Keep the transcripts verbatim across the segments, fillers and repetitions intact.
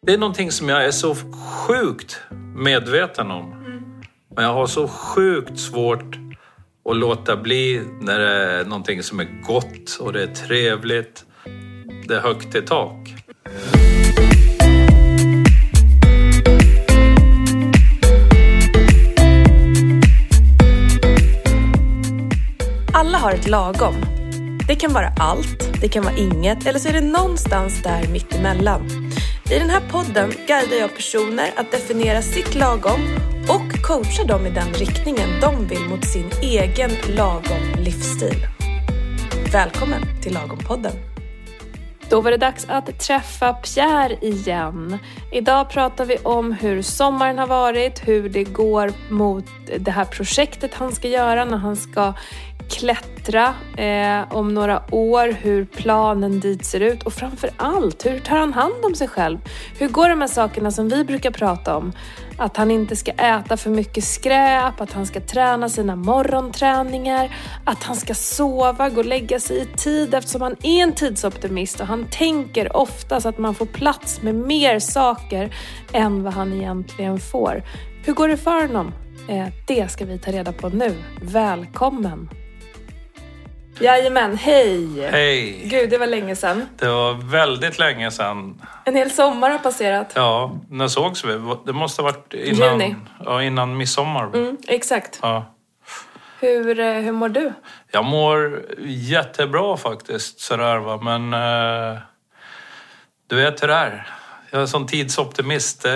Det är någonting som jag är så sjukt medveten om. Mm. Men jag har så sjukt svårt att låta bli när det är någonting som är gott och det är trevligt. Det är högt i tak. Alla har ett lagom. Det kan vara allt, det kan vara inget eller så är det någonstans där mitt emellan. I den här podden guidar jag personer att definiera sitt lagom och coachar dem i den riktningen de vill mot sin egen lagom livsstil. Välkommen till Lagom-podden. Då var det dags att träffa Pierre igen. Idag pratar vi om hur sommaren har varit, hur det går mot det här projektet han ska göra när han ska klättra eh, om några år, hur planen dit ser ut och framför allt, hur tar han hand om sig själv? Hur går de här sakerna som vi brukar prata om? Att han inte ska äta för mycket skräp, att han ska träna sina morgonträningar, att han ska sova, gå och lägga sig i tid eftersom han är en tidsoptimist och han tänker ofta så att man får plats med mer saker än vad han egentligen får. Hur går det för honom? Eh, det ska vi ta reda på nu. Välkommen! Jajamän, hej! Hej! Gud, det var länge sedan. Det var väldigt länge sedan. En hel sommar har passerat. Ja, när sågs vi? Det måste ha varit innan, Juni. Ja, innan midsommar. Mm, exakt. Ja. Hur, hur mår du? Jag mår jättebra faktiskt, sådär va. Men eh, du vet hur det är. Jag är sån tidsoptimist. Eh,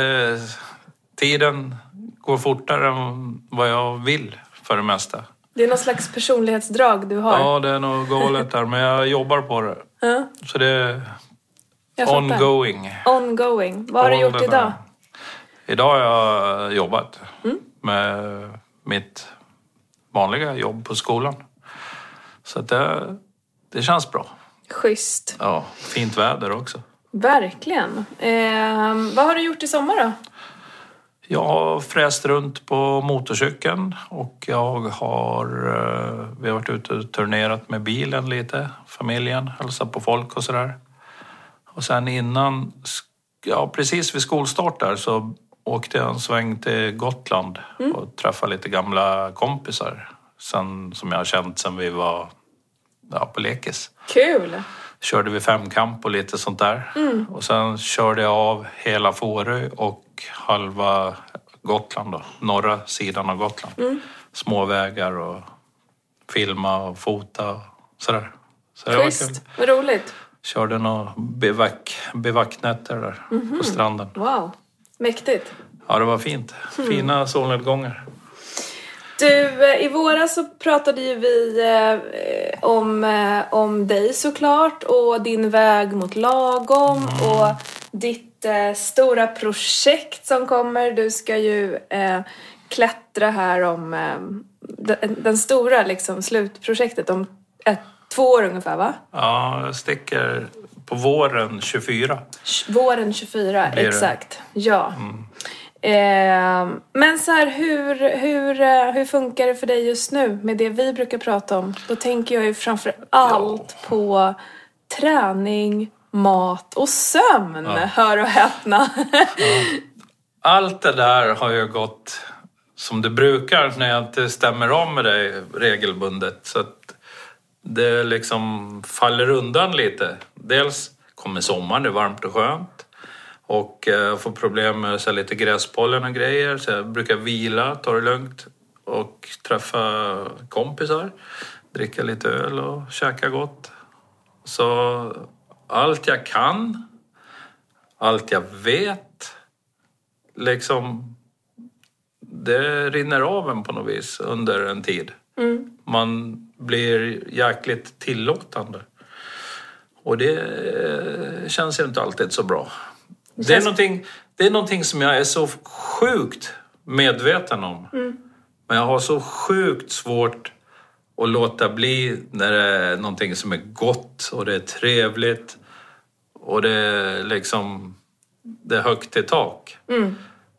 tiden går fortare än vad jag vill för det mesta. Det är någon slags personlighetsdrag du har. Ja, det är nog galet där, men jag jobbar på det. Ja. Så det är ongoing. Ongoing. Vad har du gjort idag? Idag har jag jobbat mm. med mitt vanliga jobb på skolan. Så att det, det känns bra. Schysst. Ja, fint väder också. Verkligen. Eh, vad har du gjort i sommar då? Jag har fräst runt på motorcykeln och jag har, vi har varit ute och turnerat med bilen lite, familjen, hälsat på folk och sådär. Och sen innan, ja precis vid skolstart där så åkte jag en sväng till Gotland mm. och träffade lite gamla kompisar sen, som jag har känt sen vi var ja, på lekis. Kul! Körde vi femkamp och lite sånt där. Mm. Och sen körde jag av hela Fårö och halva Gotland då. Norra sidan av Gotland. Mm. Små vägar och filma och fota och sådär. Så det Schysst, var kul. Vad roligt. Körde några bivack, bivacknätter där mm-hmm. på stranden. Wow, mäktigt. Ja, det var fint. Fina mm. solnedgångar. Du, i våras så pratade ju vi eh, om, eh, om dig såklart och din väg mot lagom mm. och ditt eh, stora projekt som kommer. Du ska ju eh, klättra här om eh, den, den stora liksom, slutprojektet om ett, två år ungefär, va? Ja, jag sticker på våren tjugofyra. Våren tjugofyra, exakt. Ja. Mm. Eh, men så här, hur, hur, hur funkar det för dig just nu med det vi brukar prata om? Då tänker jag ju framför allt ja. på träning, mat och sömn. Ja. Hör och häpna. Ja. Allt det där har ju gått som det brukar när jag inte stämmer om med dig regelbundet. Så att det liksom faller undan lite. Dels kommer sommaren, det är varmt och skönt. Och jag får problem med så lite gräspollen och grejer. Så jag brukar vila, ta det lugnt. Och träffa kompisar. Dricka lite öl och käka gott. Så allt jag kan. Allt jag vet. Liksom. Det rinner av en på något vis under en tid. Mm. Man blir jäkligt tillåtande. Och det känns ju inte alltid så bra. Det är, någonting, det är någonting som jag är så sjukt medveten om. Mm. Men jag har så sjukt svårt att låta bli när det är någonting som är gott och det är trevligt. Och det är liksom det är högt i tak. Mm.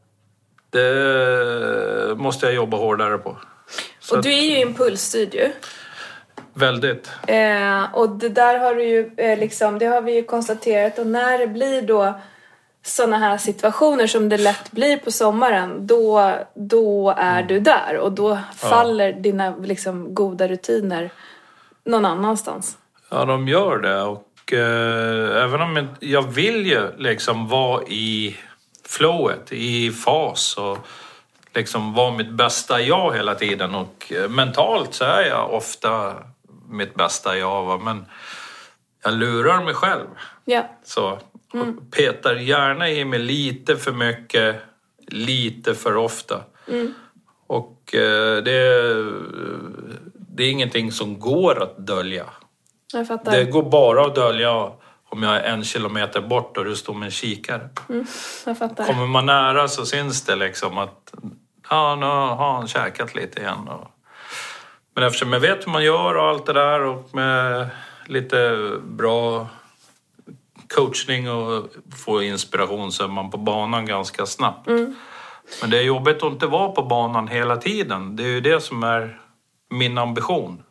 Det måste jag jobba hårdare på. Så och du är ju impulsstyrd ju. Väldigt. Eh, och det där har du ju eh, liksom, det har vi ju konstaterat. Och när det blir då sådana här situationer som det lätt blir på sommaren, då, då är mm. du där. Och då faller ja. dina liksom, goda rutiner någon annanstans. Ja, de gör det. Och eh, även om jag vill ju liksom vara i flowet, i fas och liksom vara mitt bästa jag hela tiden. Och eh, mentalt så är jag ofta mitt bästa jag, va? Men jag lurar mig själv. Ja. Så mm. petar gärna i mig lite för mycket, lite för ofta. Mm. Och eh, det, det är ingenting som går att dölja. Jag fattar. Det går bara att dölja om jag är en kilometer bort och du står med en kikare. Mm. Jag fattar. Kommer man nära så syns det liksom att ja, nu har han käkat lite igen. Och, men eftersom jag vet hur man gör och allt det där och med lite bra coachning och få inspiration så är man på banan ganska snabbt. Mm. Men det är jobbigt att inte vara på banan hela tiden. Det är ju det som är min ambition.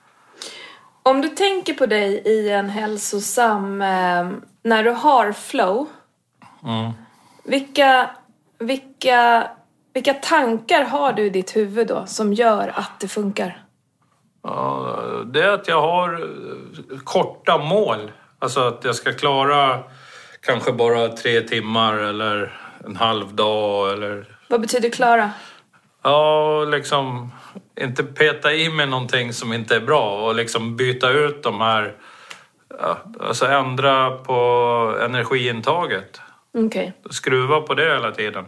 Om du tänker på dig i en hälsosam, eh, när du har flow, mm. vilka, vilka, vilka tankar har du i ditt huvud då som gör att det funkar? Ja, det är att jag har korta mål. Alltså att jag ska klara kanske bara tre timmar eller en halv dag. Eller... Vad betyder klara? Ja, liksom inte peta i mig någonting som inte är bra och liksom byta ut de här, ja, alltså ändra på energiintaget. Okej. Okay. Skruva på det hela tiden.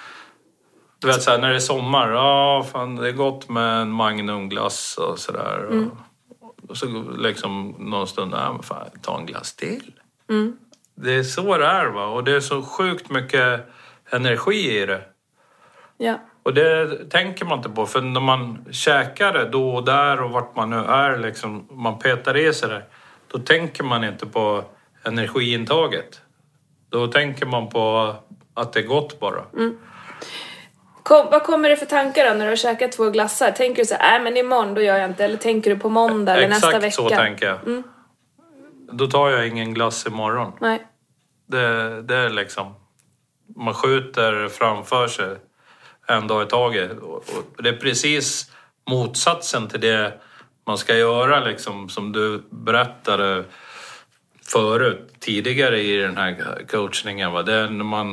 Du vet så här, när det är sommar, ja fan det är gott med en magnumglass och sådär. Mm. Och, och så liksom någon stund, ja men fan, ta en glass till. Mm. Det är så det är, va, och det är så sjukt mycket energi i det. Ja. Och det tänker man inte på, för när man käkar det då och där och vart man nu är, liksom, man petar i sig det, då tänker man inte på energiintaget. Då tänker man på att det är gott bara. Mm. Kom, vad kommer det för tankar då när du har käkat två glassar? Tänker du så här, äh, men imorgon då gör jag inte, eller tänker du på måndag eller Exakt nästa vecka? Exakt så tänker jag. Mm. Då tar jag ingen glass imorgon. Nej. Det, det är liksom, man skjuter framför sig en dag i taget. Och det är precis motsatsen till det man ska göra, liksom, som du berättade förut, tidigare i den här coachningen. Va? Det är när man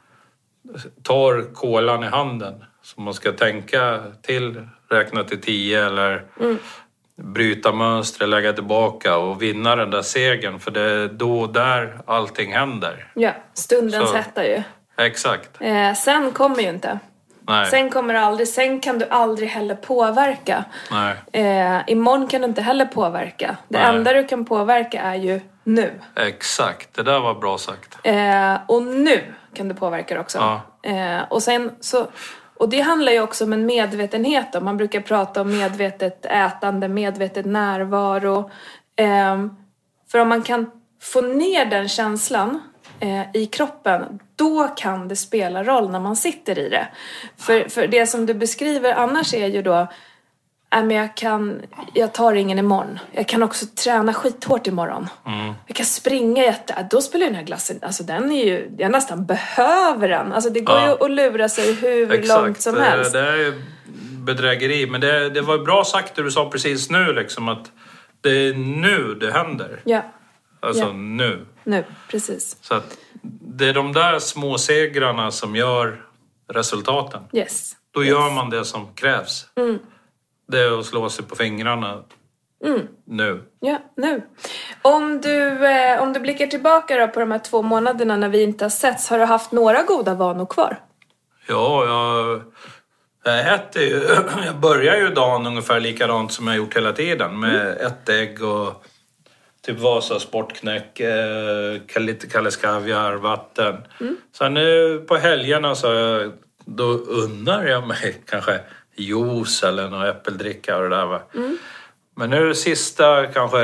tar kolan i handen. Så man ska tänka till, räkna till tio eller mm. bryta mönster, lägga tillbaka och vinna den där segern. För det är då där allting händer. Ja, stundens hetta ju. Exakt. Eh, sen kommer ju inte. Nej. Sen kommer du aldrig, sen kan du aldrig heller påverka. Nej. Eh, imorgon kan du inte heller påverka. Det Nej. enda du kan påverka är ju nu. Exakt, det där var bra sagt. Eh, och nu kan du påverka det också. Ja. Eh, och sen så, och det handlar ju också om en medvetenhet då. Man brukar prata om medvetet ätande, medvetet närvaro. Eh, för om man kan få ner den känslan eh, i kroppen, då kan det spela roll när man sitter i det. För, för det som du beskriver annars är ju då, äh, men jag, kan, jag tar ingen imorgon. Jag kan också träna skithårt imorgon. Mm. Jag kan springa jätte... Äh, då spelar den här glassen... Alltså den är ju... Jag nästan behöver den. Alltså det går ja. ju att lura sig hur Exakt. långt som helst. Det är ju bedrägeri. Men det, det var bra sagt det du sa precis nu. Liksom, att det är nu det händer. Ja. Alltså ja. nu. Nu, precis. Så att det är de där små segrarna som gör resultaten. Yes. Då yes. gör man det som krävs. Mm. Det är att slå sig på fingrarna. Mm. Nu. Ja, nu. Om du, eh, om du blickar tillbaka då på de här två månaderna när vi inte har setts, har du haft några goda vanor kvar? Ja, jag, jag äter ju, jag börjar ju dagen ungefär likadant som jag gjort hela tiden. Med mm. ett ägg och typ Vasa sportknäck, eh, lite Kalles kaviar, vatten. Mm. Sen nu på helgerna så då unnar jag mig kanske juice eller någon äppeldricka och det där, va. Mm. Men nu sista kanske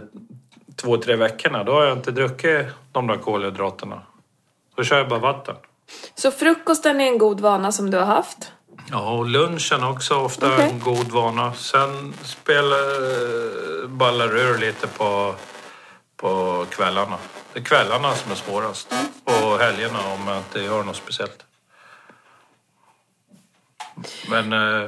två, tre veckorna, då har jag inte druckit de där kolhydraterna. Då kör jag bara vatten. Så frukosten är en god vana som du har haft? Ja, och lunchen också ofta okay. en god vana. Sen spelar, ballar ur lite på, på kvällarna. Det är kvällarna som är svårast. Och på helgerna om jag inte gör något speciellt. Men eh,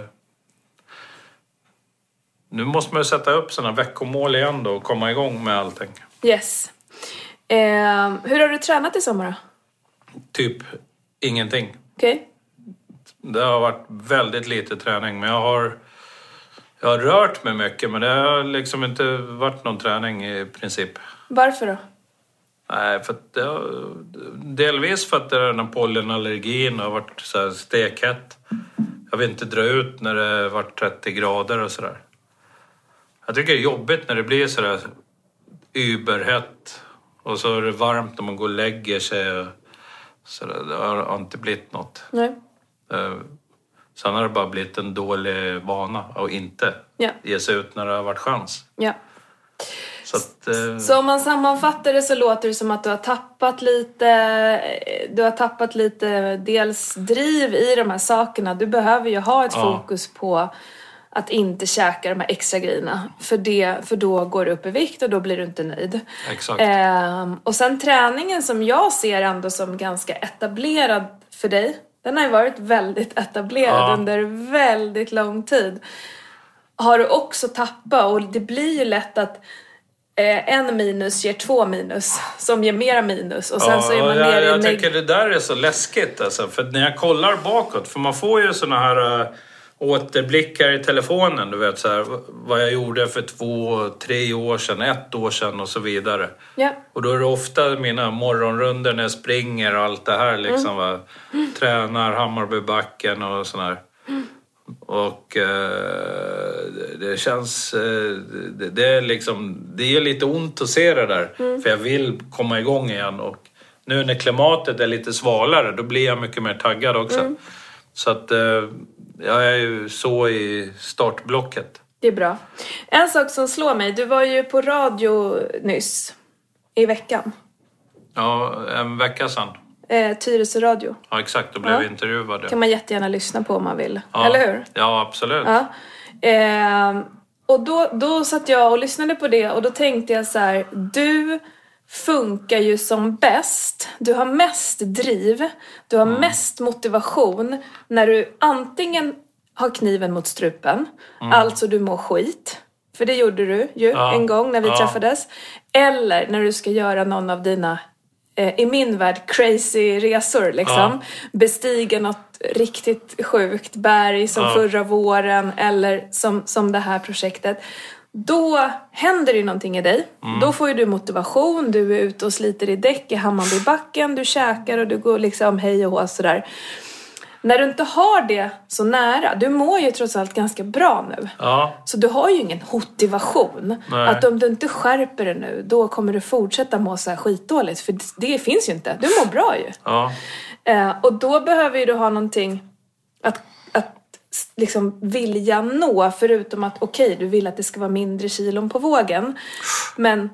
nu måste man ju sätta upp såna veckomål igen då och komma igång med allting. Yes. Eh, hur har du tränat i sommar då? Typ ingenting. Okej. Okay. Det har varit väldigt lite träning, men jag har, jag har rört mig mycket, men det har liksom inte varit någon träning i princip. Varför då? Nej, för att det har, delvis för att det är den här pollenallergin har varit så här stekhett. Jag vill inte dra ut när det har varit trettio grader och sådär. Jag tycker det är jobbigt när det blir sådär überhett och så är det varmt när man går och lägger sig. Så det har inte blivit något. Nej. Sen har det bara blivit en dålig vana och inte ja. ge sig ut när det har varit chans. Ja. Så, att, eh... så om man sammanfattar det så låter det som att du har tappat lite, du har tappat lite dels driv i de här sakerna. Du behöver ju ha ett ja. fokus på att inte käka de här extra grejerna. För, det, för då går du upp i vikt och då blir du inte nöjd. Exakt. Eh, och sen träningen som jag ser ändå som ganska etablerad för dig. Den har ju varit väldigt etablerad ja. under väldigt lång tid. Har du också tappat och det blir ju lätt att eh, en minus ger två minus som ger mera minus. Och sen ja, så är man jag, ner i jag neg- tycker det där är så läskigt alltså, för när jag kollar bakåt, för man får ju såna här äh, återblickar i telefonen, du vet så här, vad jag gjorde för två, tre år sedan, ett år sedan och så vidare. Ja. Och då är det ofta mina morgonrunder när jag springer och allt det här liksom, mm. va? Tränar Hammarbybacken och sån här. Mm. Och eh, det känns, eh, det, det är liksom, det är lite ont att se det där. Mm. För jag vill komma igång igen och nu när klimatet är lite svalare, då blir jag mycket mer taggad också. Mm. Så att eh, jag är ju så i startblocket. Det är bra. En sak som slår mig, du var ju på radio nyss i veckan. Ja, en vecka sedan. Eh, Tyresö radio. Ja, exakt. Då blev ja. vi intervjuade. Kan man jättegärna lyssna på om man vill. Ja. Eller hur? Ja, absolut. Ja. Eh, och då, då satt jag och lyssnade på det och då tänkte jag så här, du funkar ju som bäst. Du har mest driv. Du har mm. mest motivation när du antingen har kniven mot strupen. Mm. Alltså du mår skit. För det gjorde du ju ja. en gång när vi ja. träffades. Eller när du ska göra någon av dina, eh, i min värld, crazy resor. Liksom. Ja. Bestiga något riktigt sjukt berg som ja. förra våren. Eller som, som det här projektet. Då händer det någonting i dig. Mm. Då får ju du motivation. Du är ute och sliter i däck i Hammarbybacken. Du käkar och du går liksom hej och hå sådär. När du inte har det så nära. Du mår ju trots allt ganska bra nu. Ja. Så du har ju ingen motivation. Nej. Att om du inte skärper det nu. Då kommer du fortsätta må så här skitdåligt. För det finns ju inte. Du mår bra ju. Ja. Eh, och då behöver ju du ha någonting att... att liksom vilja nå, förutom att okej, okay, du vill att det ska vara mindre kilon på vågen, men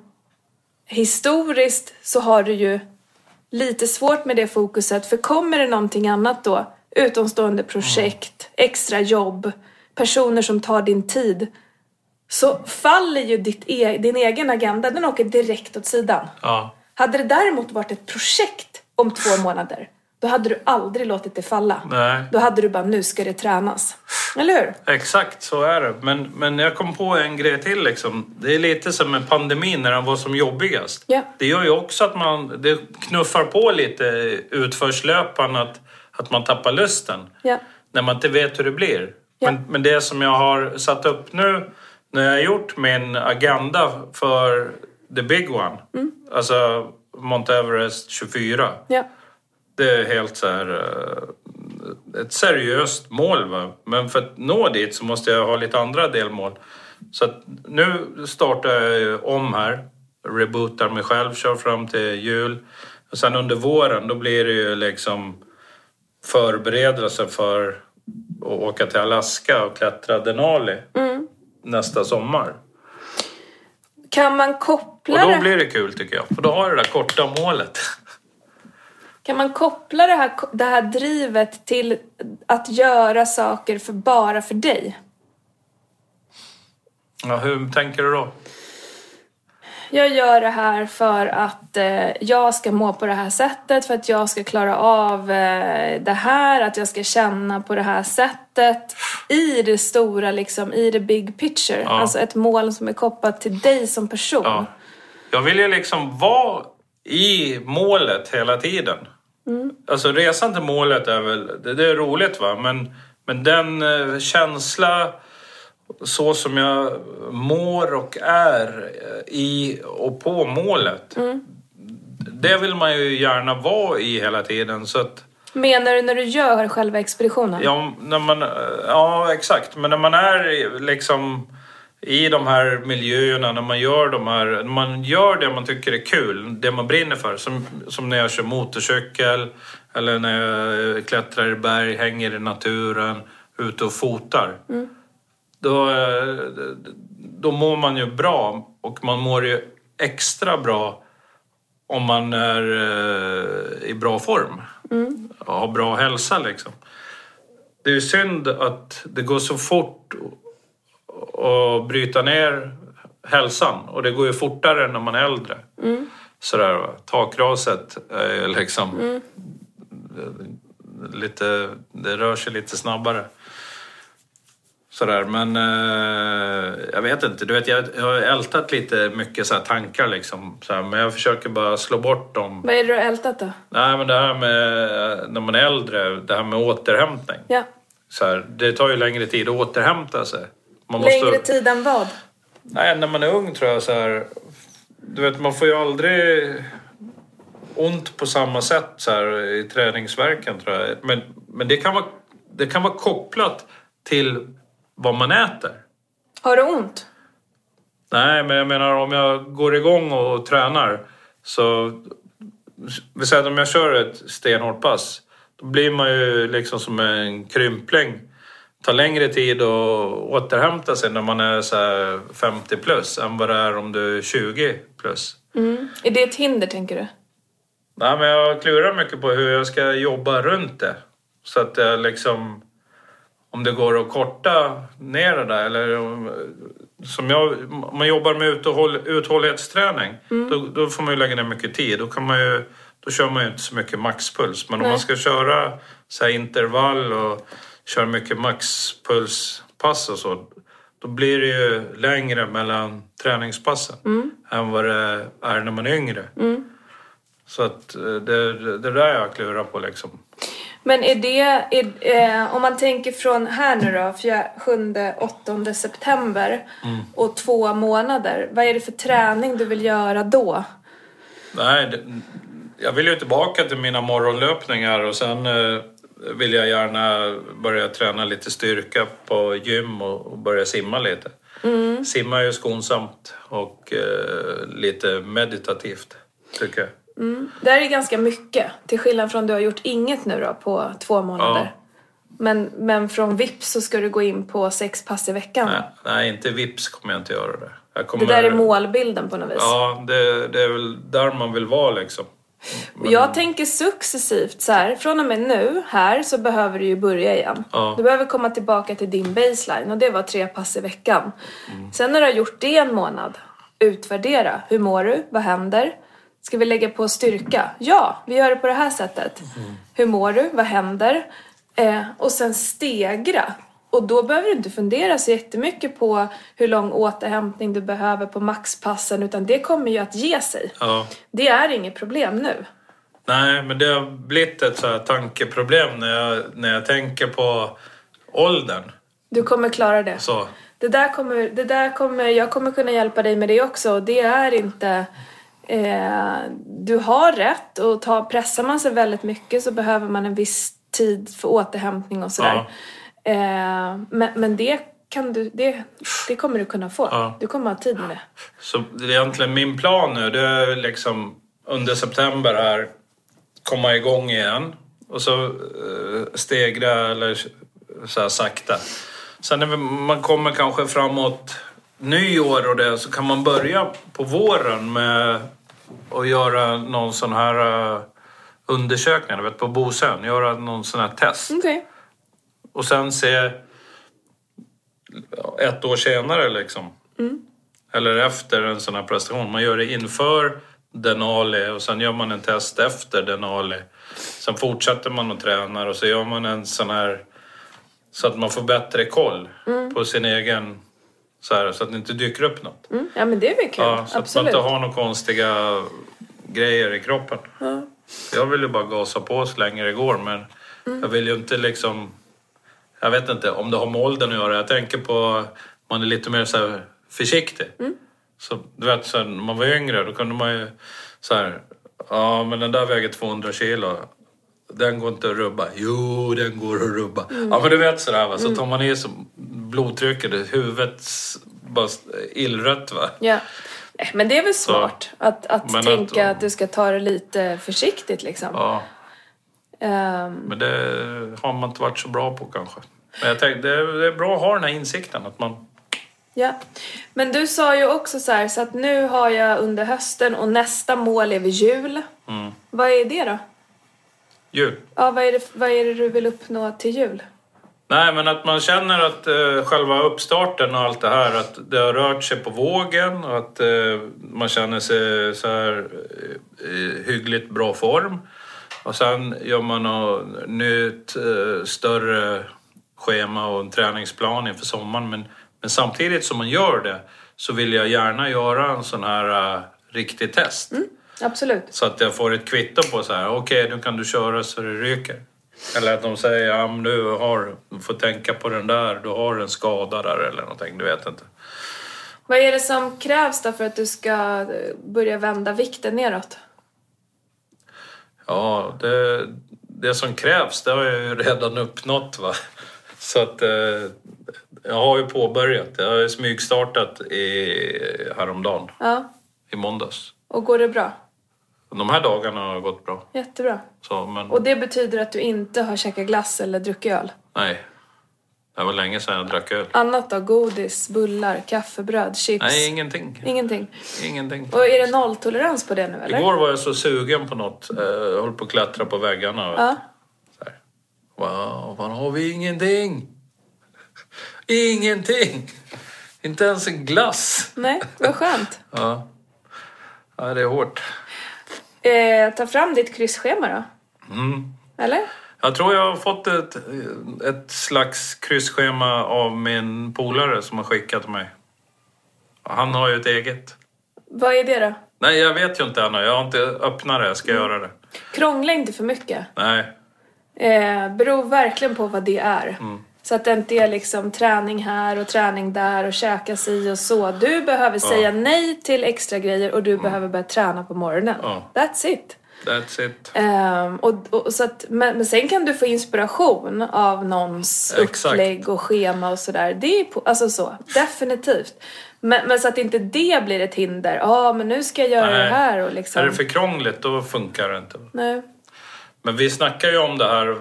historiskt så har du ju lite svårt med det fokuset, för kommer det någonting annat då, utomstående projekt, extra jobb, personer som tar din tid, så faller ju ditt e- din egen agenda, den åker direkt åt sidan. Ja. Hade det däremot varit ett projekt om två månader, då hade du aldrig låtit det falla. Nej. Då hade du bara, nu ska det tränas. Eller hur? Exakt, så är det. Men, men jag kom på en grej till liksom. Det är lite som med pandemin när den var som jobbigast. Ja. Det gör ju också att man, det knuffar på lite utförslöpan att, att man tappar lusten. Ja. När man inte vet hur det blir. Ja. Men, men det som jag har satt upp nu, när jag har gjort min agenda för the big one. Mm. Alltså Mount Everest tjugofyra. Ja. Det är helt så här ett seriöst mål, va? Men för att nå dit så måste jag ha lite andra delmål. Så att nu startar jag om här, rebootar mig själv, kör fram till jul. Och sen under våren då blir det ju liksom förberedelse för att åka till Alaska och klättra Denali mm. nästa sommar. Kan man koppla Och då det? blir det kul tycker jag, för då har jag det där korta målet. Kan man koppla det här, det här drivet till att göra saker för bara för dig? Ja, hur tänker du då? jag gör det här för att eh, jag ska må på det här sättet, för att jag ska klara av eh, det här, att jag ska känna på det här sättet i det stora, liksom i det big picture. Ja. Alltså ett mål som är kopplat till dig som person. Ja. Jag vill ju liksom vara i målet hela tiden. Mm. Alltså resan till målet är väl, det, det är roligt va, men, men den eh, känsla så som jag mår och är i och på målet. Mm. Det vill man ju gärna vara i hela tiden. Så att, menar du när du gör själva expeditionen? Ja, när man, ja, exakt. Men när man är liksom i de här miljöerna, när man gör de här, när man gör det man tycker är kul, det man brinner för. Som, som när jag kör motorcykel eller när jag klättrar i berg, hänger i naturen, ute och fotar. Mm. Då, då mår man ju bra, och man mår ju extra bra om man är i bra form. Mm. Och har bra hälsa liksom. Det är ju synd att det går så fort att bryta ner hälsan, och det går ju fortare när man är äldre. Mm. Sådär va. Takraset är liksom mm. lite, det rör sig lite snabbare. Sådär, men eh, jag vet inte, du vet, jag, jag har ältat lite mycket så här tankar liksom, så här, men jag försöker bara slå bort dem. Vad är det du har ältat då? Nej, men det här med när man är äldre, det här med återhämtning. Ja. Så här, det tar ju längre tid att återhämta sig. Man längre måste... tid än vad? Nej, när man är ung tror jag så här, du vet, man får ju aldrig ont på samma sätt så här, i träningsverken tror jag. Men, men det kan vara, det kan vara kopplat till vad man äter. Har du ont? Nej, men jag menar om jag går igång och tränar, så vi säger att om jag kör ett stenhårt pass, då blir man ju liksom som en krympling. Det tar längre tid att återhämta sig när man är så här femtio plus än vad det är om du är tjugo plus. Mm. Är det ett hinder, tänker du? Nej, men jag klurar mycket på hur jag ska jobba runt det. Så att jag liksom... Om det går att korta ner det där, eller som jag, om man jobbar med uthåll, uthållighetsträning, mm. då, då får man ju lägga ner mycket tid. Då, kan man ju, då kör man ju inte så mycket maxpuls. Men Nej. Om man ska köra så här intervall och köra mycket maxpulspass och så, då blir det ju längre mellan träningspassen mm. än vad det är när man är yngre. Mm. Så att det, det där jag klurar på liksom. Men är det, är, eh, om man tänker från här nu då, sjunde, åttonde september mm. och två månader, vad är det för träning du vill göra då? Nej, det, jag vill ju tillbaka till mina morgonlöpningar, och sen eh, vill jag gärna börja träna lite styrka på gym och, och börja simma lite. Mm. Simma är ju skonsamt och eh, lite meditativt, tycker jag. Mm. Det här är ganska mycket, till skillnad från du har gjort inget nu då på två månader. Ja. Men, men från Vips så ska du gå in på sex pass i veckan. Nej, nej, inte Vips kommer jag inte göra det. Jag kommer... Det där är målbilden på något vis. Ja, det, det är väl där man vill vara liksom. Men... Jag tänker successivt så här, från och med nu här så behöver du ju börja igen. Ja. Du behöver komma tillbaka till din baseline, och det var tre pass i veckan. Mm. Sen när du har gjort det en månad, utvärdera. Hur mår du? Vad händer? Ska vi lägga på styrka? Ja, vi gör det på det här sättet. Mm. Hur mår du? Vad händer? Eh, och sen stegra. Och då behöver du inte fundera så jättemycket på hur lång återhämtning du behöver på maxpassen. Utan det kommer ju att ge sig. Ja. Det är inget problem nu. Nej, men det har blivit ett så här tankeproblem när jag, när jag tänker på åldern. Du kommer klara det. Så. Det där kommer, det där kommer, jag kommer kunna hjälpa dig med det också. Det är inte... Eh, du har rätt, och ta, pressar man sig väldigt mycket så behöver man en viss tid för återhämtning och sådär. Ja. Eh, men, men det kan du, det, det kommer du kunna få. Ja. Du kommer ha tid med det. Så det är egentligen min plan nu, det är liksom under september här komma igång igen, och så eh, stegra eller så här sakta. Sen när man kommer kanske framåt nyår och det, så kan man börja på våren med att göra någon sån här uh, undersökning, du vet, på Bosön, göra någon sån här test. Okay. Och sen se ett år senare liksom. Mm. Eller efter en sån här prestation. Man gör det inför Denali och sen gör man en test efter Denali. Sen fortsätter man att träna och så gör man en sån här så att man får bättre koll mm. på sin egen så, här, så att det inte dyker upp något. Mm. Ja men det är väl kul, ja, så absolut. att man inte har några konstiga grejer i kroppen. Ja. Jag vill ju bara gasa på så länge det går men mm. jag vill ju inte liksom jag vet inte om det har med åldern att göra. Jag tänker på man är lite mer så här försiktig. Mm. Så du vet så här, när man var yngre då kunde man ju så här ja men den där väger tvåhundra kilo. Den går inte att rubba. Jo, den går att rubba. Mm. Ja, men du vet sådär va. Så tar man i som blodtrycket, huvudet bara illrött va. Ja, men det är väl smart så, att, att tänka att, att du ska ta det lite försiktigt liksom. Ja. Um. Men det har man inte varit så bra på kanske. Men jag tänkte, det är, det är bra att ha den här insikten att man... Ja, men du sa ju också så här, så att nu har jag under hösten och nästa mål är vid jul. Mm. Vad är det då? Jul. Ja, vad är, det, vad är det du vill uppnå till jul? Nej, men att man känner att eh, själva uppstarten och allt det här, att det har rört sig på vågen och att eh, man känner sig så här eh, hyggligt bra form. Och sen gör man något nytt, eh, större schema och en träningsplan inför sommaren. Men, men samtidigt som man gör det så vill jag gärna göra en sån här uh, riktig test. Mm. Absolut. Så att jag får ett kvitto på så här, okej okay, nu kan du köra så det ryker. Eller att de säger, ja men du, har, du får tänka på den där, du har en skada där eller någonting, du vet inte. Vad är det som krävs då för att du ska börja vända vikten neråt? Ja, det, det som krävs, det har jag ju redan uppnått va. Så att eh, jag har ju påbörjat, jag har ju smygstartat i, häromdagen, ja. I måndags. Och går det bra? De här dagarna har gått bra. Jättebra. Så, men... Och det betyder att du inte har käkat glass eller druckit öl? Nej, det var länge sedan jag drack öl. Annat då? Godis, bullar, kaffebröd, chips? Nej, ingenting. Ingenting? Ingenting. Och är det nolltolerans på det nu eller? Igår var jag så sugen på något. Jag höll på att klättra på väggarna. Ja. Så här. Wow, fan har vi ingenting? Ingenting! Inte ens en glass. Nej, vad skönt. Ja. Ja, det är hårt. Eh, ta fram ditt kryssschema då. Mm. Eller? Jag tror jag har fått ett, ett slags kryssschema av min polare som har skickat mig. Han har ju ett eget. Vad är det då? Nej, jag vet ju inte ännu. Jag har inte öppnat det. Jag ska mm. göra det. Krångla inte för mycket. Nej. Eh, beror verkligen på vad det är. Mm. Så att det inte är liksom träning här och träning där och käka si och så. Du behöver ja. säga nej till extra grejer och du mm. behöver börja träna på morgonen. Ja. That's it. That's it. Um, och, och, så att, men, men sen kan du få inspiration av någons Exakt. upplägg och schema och sådär. Det är på, alltså så, definitivt. Men, men så att inte det blir ett hinder. Ja, ah, men nu ska jag göra nej. det här. Och liksom... Är det för krångligt, då funkar det inte. Nej. Men vi snackar ju om det här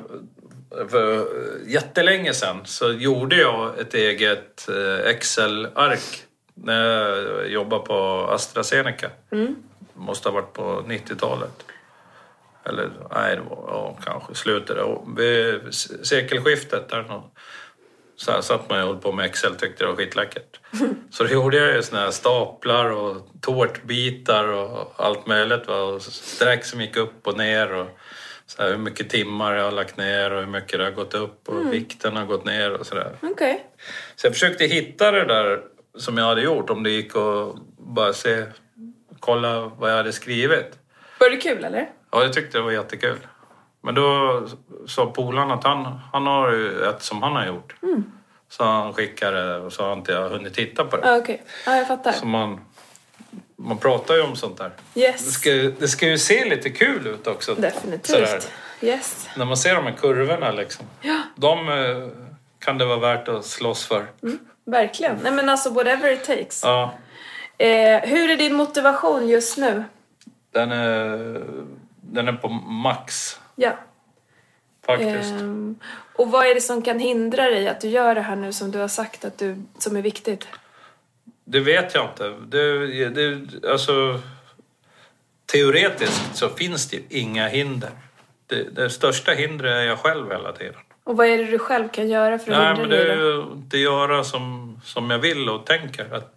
för jättelänge sedan. Så gjorde jag ett eget Excel-ark när jag jobbade på AstraZeneca. Mm. Det måste ha varit på nittiotalet. Eller nej, det var ja, kanske slutet. Vid sekelskiftet där så här satt man och höll på med Excel, tyckte det var skitläckert. Så då gjorde jag ju såna här staplar och tårtbitar och allt möjligt. Va? Och streck som gick upp och ner och så här, hur mycket timmar jag har lagt ner och hur mycket det har gått upp och mm. vikten har gått ner och sådär. Okay. Så jag försökte hitta det där som jag hade gjort, om det gick att bara se, kolla vad jag hade skrivit. Var det kul eller? Ja, jag tyckte det var jättekul. Men då sa polaren att han, han har ju ett som han har gjort. Mm. Så han skickade och sa att jag hunnit titta på det. Ah, okej. Okay. Ja, jag fattar. Så man, man pratar ju om sånt där. Yes. Det ska, det ska ju se lite kul ut också. Definitivt. Sådär. Yes. När man ser de här kurvorna liksom. Ja. De kan det vara värt att slåss för. Mm, verkligen. Nej men alltså whatever it takes. Ja. Eh, hur är din motivation just nu? Den är, den är på max. Ja. Faktiskt. Eh, och vad är det som kan hindra dig att du gör det här nu som du har sagt att du, som är viktigt? Det vet jag inte. Det, det, alltså, teoretiskt så finns det inga hinder. Det, det största hindret är jag själv hela tiden. Och vad är det du själv kan göra för att Nej, hindra men det är ju att göra som, som jag vill och tänker. Att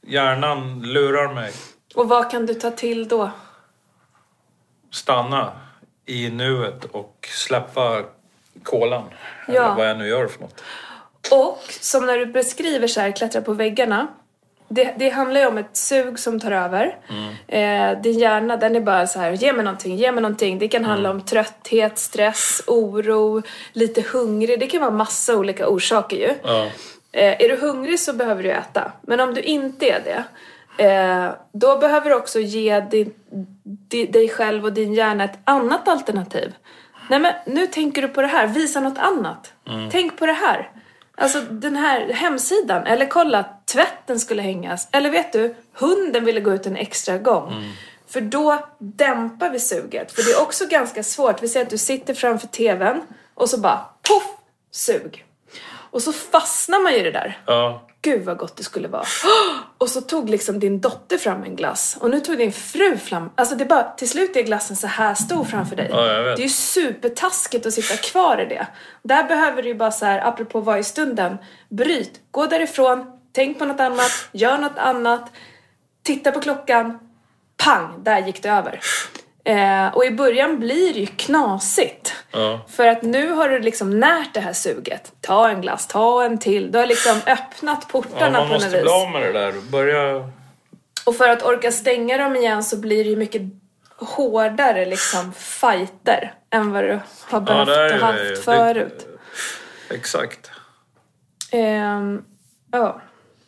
hjärnan lurar mig. Och vad kan du ta till då? Stanna i nuet och släppa kolan. Ja. Eller vad jag nu gör för något. Och som när du beskriver så här, klättra på väggarna. Det, det handlar ju om ett sug som tar över. Mm. Eh, din hjärna, den är bara så här, ge mig någonting, ge mig någonting. Det kan mm. handla om trötthet, stress, oro, lite hungrig. Det kan vara massa olika orsaker ju. Ja. Eh, är du hungrig så behöver du äta. Men om du inte är det, eh, då behöver du också ge din, di, dig själv och din hjärna ett annat alternativ. Nej men nu tänker du på det här, visa något annat. Mm. Tänk på det här. Alltså den här hemsidan. Eller kolla, tvätten skulle hängas. Eller vet du, hunden ville gå ut en extra gång. Mm. För då dämpar vi suget. För det är också ganska svårt. Vi säger att du sitter framför tvn. Och så bara, poff, sug. Och så fastnar man ju i det där. Ja. Gud vad gott det skulle vara. Och så tog liksom din dotter fram en glass. Och nu tog din fru fram. Alltså det är bara, till slut är glassen så här stor framför dig. Ja, jag vet. Det är ju supertaskigt att sitta kvar i det. Där behöver du ju bara så här, apropå vad i stunden. Bryt, gå därifrån. Tänk på något annat, gör något annat. Titta på klockan. Pang, där gick det över. Eh, och i början blir det ju knasigt. Ja. För att nu har du liksom närt det här suget. Ta en glass, ta en till. Du har liksom öppnat portarna ja, på något vis. Man måste bli av med det där. Börja... Och för att orka stänga dem igen så blir det ju mycket hårdare liksom fighter än vad du har behövt ja, och haft det, förut. Det, exakt. Um, ja.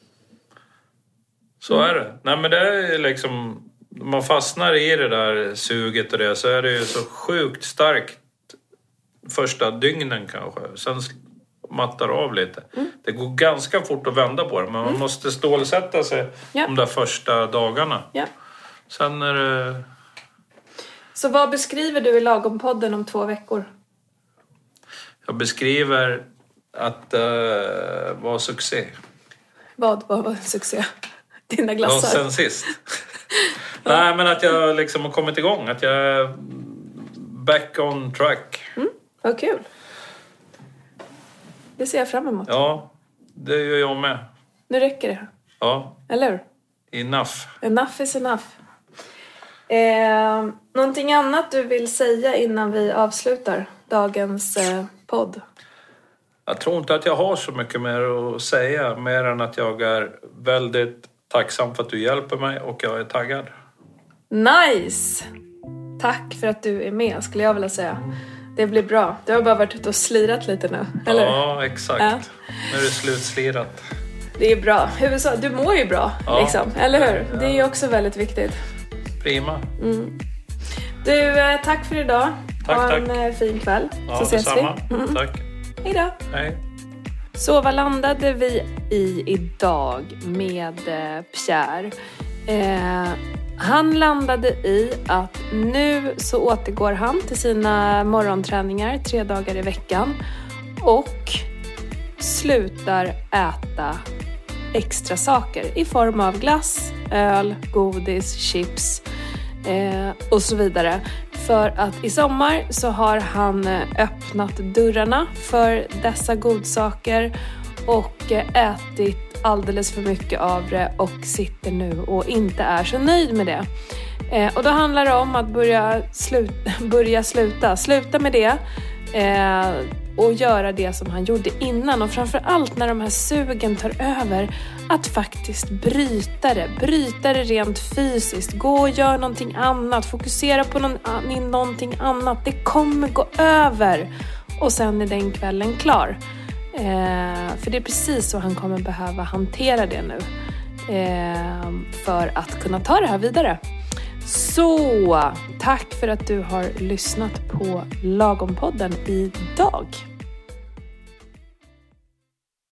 Så mm. är det. Nej men det är liksom... Man fastnar i det där suget och det, så är det ju så sjukt starkt första dygnen kanske. Sen mattar av lite. Mm. Det går ganska fort att vända på det, men man mm. måste stålsätta sig ja. de där första dagarna. Ja. Sen är det... Så vad beskriver du i Lagom-podden om två veckor? Jag beskriver att det uh, var succé. Vad var, var succé? Dina glassar? Ja, sen sist. Nej, men att jag liksom har kommit igång. Att jag är back on track. Mm, vad kul. Det ser jag fram emot. Ja, det gör jag med. Nu räcker det. Ja. Eller hur? Enough. Enough is enough. Eh, någonting annat du vill säga innan vi avslutar dagens eh, podd? Jag tror inte att jag har så mycket mer att säga. Mer än att jag är väldigt tacksam för att du hjälper mig och jag är taggad. Nice! Tack för att du är med, skulle jag vilja säga. Det blir bra. Du har bara varit ute och slirat lite nu, eller? Ja, exakt. Ja. Nu är det slutslirat. Det är bra. Huvudsak, du mår ju bra, ja. liksom. Eller hur? Ja. Det är ju också väldigt viktigt. Prima. Mm. Du, tack för idag. Tack, ha tack. en fin kväll. Ja, så ses detsamma. vi. Mm. Tack. Hej då. Hej. Så vad landade vi i idag med eh, Pierre? Eh, han landade i att nu så återgår han till sina morgonträningar tre dagar i veckan och slutar äta extra saker i form av glass, öl, godis, chips eh, och så vidare. För att i sommar så har han öppnat dörrarna för dessa godsaker och ätit alldeles för mycket av det och sitter nu och inte är så nöjd med det. Eh, och då handlar det om att börja, slut, börja sluta. Sluta med det eh, och göra det som han gjorde innan. Och framförallt när de här sugen tar över, att faktiskt bryta det. Bryta det rent fysiskt. Gå och gör någonting annat. Fokusera på någon, någonting annat. Det kommer gå över. Och sen är den kvällen klar. Eh, för det är precis så han kommer behöva hantera det nu. Eh, för att kunna ta det här vidare. Så tack för att du har lyssnat på Lagom-podden idag.